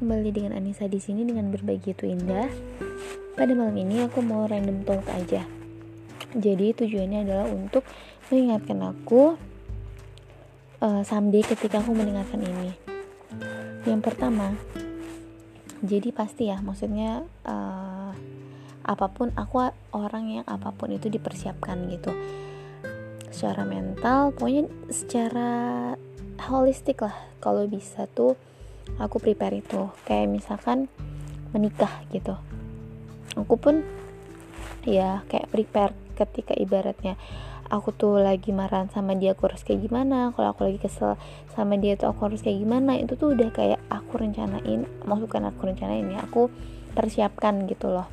kembali dengan Anissa di sini dengan berbagi itu indah. Pada malam ini aku mau random talk aja. Jadi tujuannya adalah untuk mengingatkan aku someday ketika aku mendengarkan ini. Yang pertama, jadi pasti ya, maksudnya apapun, aku orang yang apapun itu dipersiapkan gitu. Secara mental, pokoknya secara holistik lah. Kalau bisa tuh aku prepare itu. Kayak misalkan menikah gitu, aku pun ya kayak prepare ketika ibaratnya aku tuh lagi marahan sama dia, aku harus kayak gimana. Kalau aku lagi kesel sama dia tuh aku harus kayak gimana. Itu tuh udah kayak aku rencanain, maksudnya aku rencanain ya, aku persiapkan gitu loh.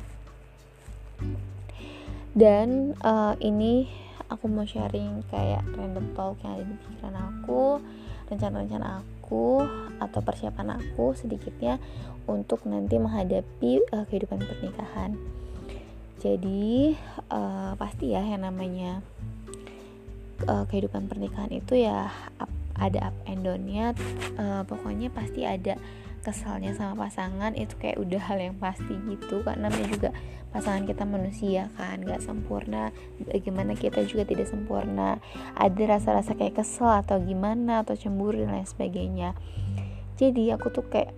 Dan ini aku mau sharing kayak random talk yang ada di pikiran aku, rencana-rencana aku atau persiapan aku sedikitnya untuk nanti menghadapi kehidupan pernikahan. Jadi pasti ya yang namanya kehidupan pernikahan itu ya ada up and down-nya, pokoknya pasti ada kesalnya sama pasangan, itu kayak udah hal yang pasti gitu. Karena namanya juga pasangan kita manusia kan, gak sempurna, bagaimana kita juga tidak sempurna. Ada rasa-rasa kayak kesel atau gimana, atau cemburu dan lain sebagainya. Jadi aku tuh kayak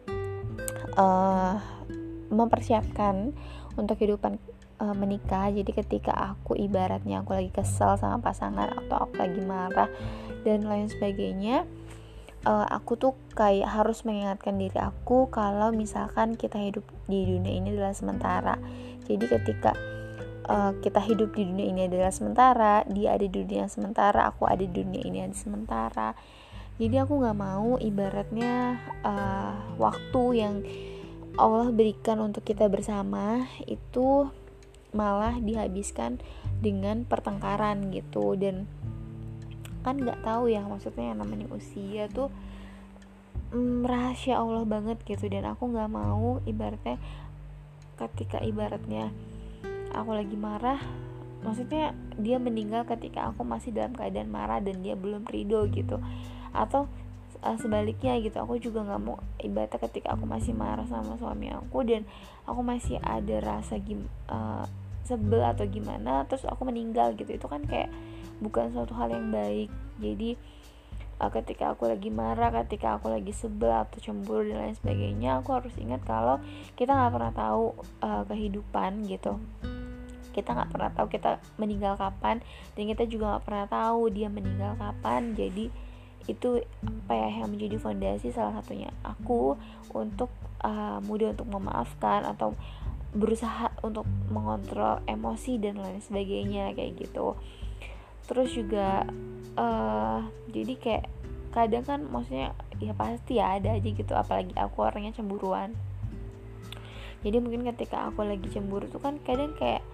mempersiapkan untuk kehidupan menikah. Jadi ketika aku ibaratnya aku lagi kesel sama pasangan atau aku lagi marah dan lain sebagainya, aku tuh kayak harus mengingatkan diri aku kalau misalkan kita hidup di dunia ini adalah sementara. Jadi ketika kita hidup di dunia ini adalah sementara, dia ada di dunia sementara, aku ada di dunia ini ada sementara. Jadi aku gak mau ibaratnya waktu yang Allah berikan untuk kita bersama itu malah dihabiskan dengan pertengkaran gitu. Dan kan gak tahu ya, maksudnya yang namanya usia tuh rahasia Allah banget gitu. Dan aku gak mau ibaratnya ketika ibaratnya aku lagi marah, maksudnya dia meninggal ketika aku masih dalam keadaan marah dan dia belum ridho gitu. Atau sebaliknya gitu, aku juga gak mau ibaratnya ketika aku masih marah sama suami aku dan aku masih ada rasa sebel atau gimana, terus aku meninggal gitu. Itu kan kayak bukan suatu hal yang baik. Jadi ketika aku lagi marah, ketika aku lagi sebel atau cemburu dan lain sebagainya, aku harus ingat kalau kita gak pernah tahu kehidupan gitu. Kita gak pernah tahu kita meninggal kapan, dan kita juga gak pernah tahu dia meninggal kapan. Jadi itu apa ya yang menjadi fondasi salah satunya aku untuk mudah untuk memaafkan atau berusaha untuk mengontrol emosi dan lain sebagainya kayak gitu. Terus juga jadi kayak kadang kan maksudnya ya pasti ya ada aja gitu, apalagi aku orangnya cemburuan. Jadi mungkin ketika aku lagi cemburu tuh kan kadang kayak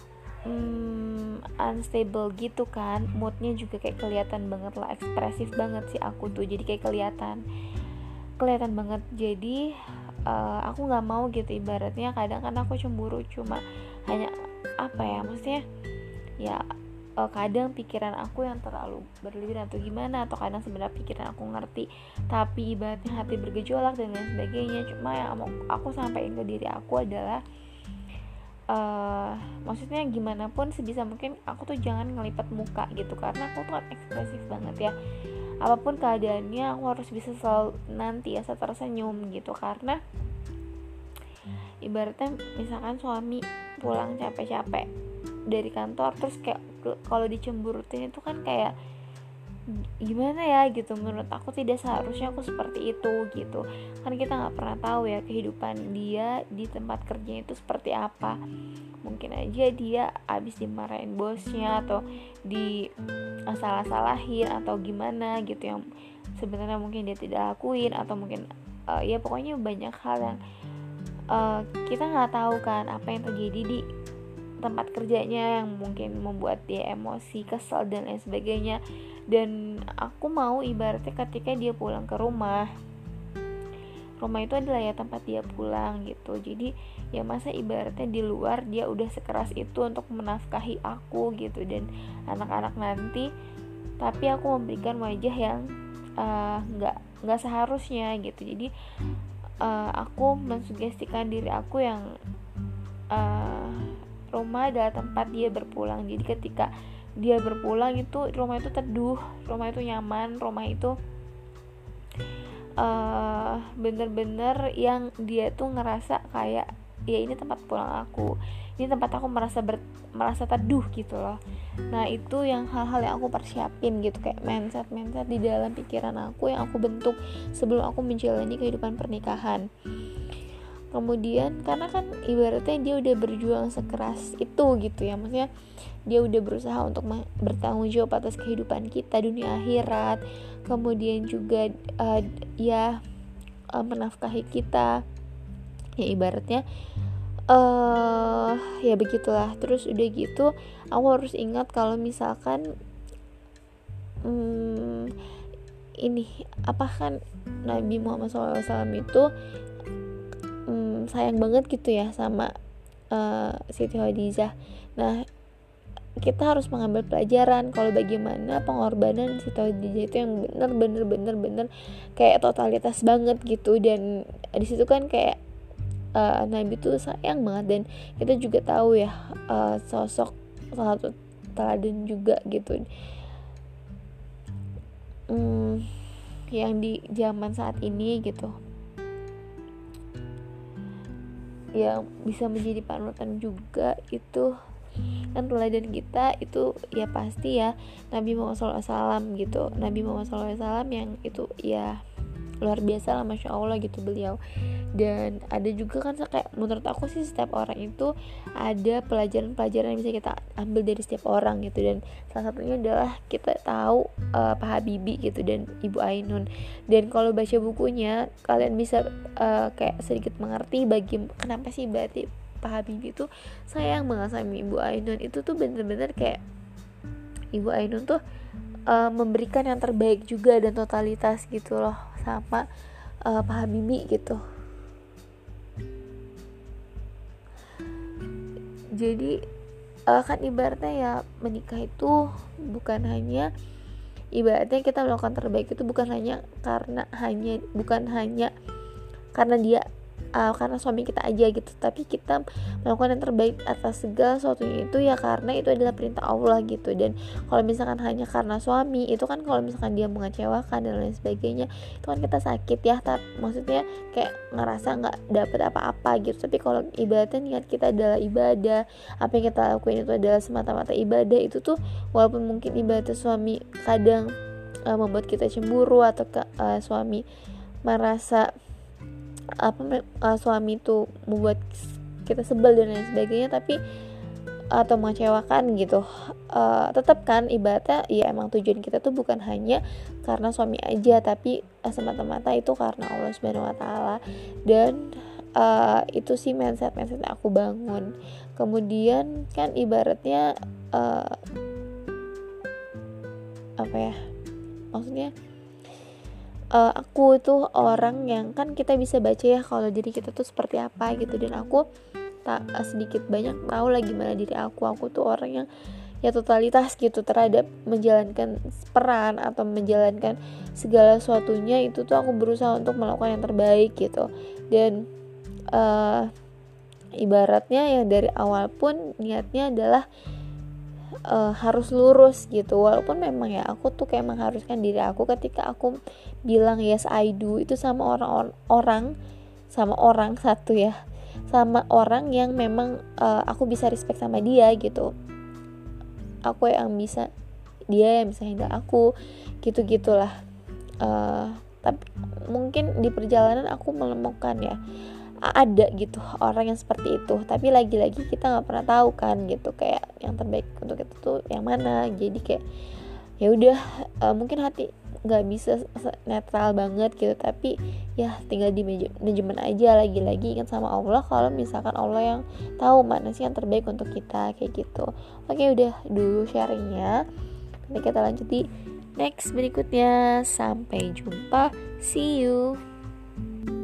unstable gitu kan, moodnya juga kayak kelihatan banget lah, ekspresif banget sih aku tuh, jadi kayak kelihatan banget. Jadi aku nggak mau gitu ibaratnya kadang kan aku cemburu cuma hanya apa ya, maksudnya ya kadang pikiran aku yang terlalu berlebihan atau gimana, atau kadang sebenarnya pikiran aku ngerti tapi ibaratnya hati bergejolak dan lain sebagainya. Cuma yang aku sampaikan ke diri aku adalah maksudnya gimana pun sebisa mungkin aku tuh jangan ngelipat muka gitu, karena aku tuh ekspresif banget ya. Apapun keadaannya aku harus bisa selalu nanti ya tersenyum gitu. Karena ibaratnya misalkan suami pulang capek-capek dari kantor, terus kayak kalau dicemburutin itu kan kayak gimana ya gitu. Menurut aku tidak seharusnya aku seperti itu gitu. Kan kita nggak pernah tahu ya kehidupan dia di tempat kerja itu seperti apa. Mungkin aja dia abis dimarahin bosnya atau di salah-salahin atau gimana gitu yang sebenarnya mungkin dia tidak lakuin, atau mungkin ya pokoknya banyak hal yang kita nggak tahu kan apa yang terjadi di tempat kerjanya yang mungkin membuat dia emosi, kesal dan lain sebagainya. Dan aku mau ibaratnya ketika dia pulang ke rumah itu adalah ya tempat dia pulang gitu. Jadi ya masa ibaratnya di luar dia udah sekeras itu untuk menafkahi aku gitu dan anak-anak nanti, tapi aku memberikan wajah yang nggak seharusnya gitu. Jadi aku mensugestikan diri aku yang rumah adalah tempat dia berpulang. Jadi ketika dia berpulang itu rumah itu teduh, rumah itu nyaman, rumah itu bener-bener yang dia tuh ngerasa kayak ya ini tempat pulang aku, ini tempat aku merasa teduh gitu loh. Nah itu yang hal-hal yang aku persiapin gitu, kayak mindset di dalam pikiran aku yang aku bentuk sebelum aku menjalani kehidupan pernikahan. Kemudian karena kan ibaratnya dia udah berjuang sekeras itu gitu ya, maksudnya dia udah berusaha untuk bertanggung jawab atas kehidupan kita dunia akhirat, kemudian juga menafkahi kita ya, ibaratnya ya begitulah. Terus udah gitu aku harus ingat kalau misalkan ini apa kan Nabi Muhammad SAW itu sayang banget gitu ya sama Siti Khadijah. Nah kita harus mengambil pelajaran kalau bagaimana pengorbanan Siti Khadijah itu yang bener kayak totalitas banget gitu. Dan di situ kan kayak Nabi tuh sayang banget, dan kita juga tahu ya sosok salah satu teladan juga gitu yang di zaman saat ini gitu, yang bisa menjadi panutan juga itu kan teladan kita itu ya pasti ya Nabi Muhammad SAW gitu. Nabi Muhammad SAW yang itu ya luar biasa lah, Masya Allah gitu beliau. Dan ada juga kan kayak menurut aku sih setiap orang itu ada pelajaran-pelajaran yang bisa kita ambil dari setiap orang gitu. Dan salah satunya adalah kita tahu Pak Habibie gitu dan Ibu Ainun. Dan kalau baca bukunya kalian bisa kayak sedikit mengerti kenapa sih berarti Pak Habibie itu sayang banget sama Ibu Ainun. Itu tuh bener-bener kayak Ibu Ainun tuh memberikan yang terbaik juga dan totalitas gitu loh sama Pak Habibie gitu. Jadi kan ibaratnya ya menikah itu bukan hanya ibaratnya kita melakukan terbaik itu bukan hanya karena dia karena suami kita aja gitu, tapi kita melakukan yang terbaik atas segala sesuatunya itu ya karena itu adalah perintah Allah gitu. Dan kalau misalkan hanya karena suami itu kan kalau misalkan dia mengecewakan dan lain sebagainya itu kan kita sakit ya, tapi maksudnya kayak ngerasa nggak dapet apa-apa gitu. Tapi kalau ibaratnya niat kita adalah ibadah, apa yang kita lakuin itu adalah semata-mata ibadah, itu tuh walaupun mungkin ibaratnya suami kadang membuat kita cemburu atau suami merasa suami itu membuat kita sebel dan lain sebagainya, tapi atau mengecewakan gitu, tetap kan ibaratnya ya emang tujuan kita tuh bukan hanya karena suami aja, tapi semata-mata itu karena Allah Subhanahu Wa Taala. Dan itu sih mindset yang aku bangun. Kemudian kan ibaratnya apa ya, maksudnya aku tuh orang yang kan kita bisa baca ya kalau diri kita tuh seperti apa gitu. Dan aku tak sedikit banyak tahu lah gimana diri aku tuh orang yang ya totalitas gitu terhadap menjalankan peran atau menjalankan segala sesuatunya itu tuh aku berusaha untuk melakukan yang terbaik gitu. Dan ibaratnya yang dari awal pun niatnya adalah harus lurus gitu. Walaupun memang ya aku tuh kayak mengharuskan diri aku ketika aku bilang yes I do itu sama orang satu ya, sama orang yang memang aku bisa respect sama dia gitu, aku yang bisa, dia yang bisa handle aku gitu-gitulah. Tapi mungkin di perjalanan aku menemukan ya ada gitu orang yang seperti itu, tapi lagi-lagi kita nggak pernah tahu kan gitu kayak yang terbaik untuk kita tuh yang mana. Jadi kayak ya udah mungkin hati nggak bisa netral banget gitu, tapi ya tinggal di manajemen aja. Lagi-lagi ingat sama Allah kalau misalkan Allah yang tahu mana sih yang terbaik untuk kita kayak gitu. Oke, udah dulu sharingnya, nanti kita lanjut di next berikutnya. Sampai jumpa, see you.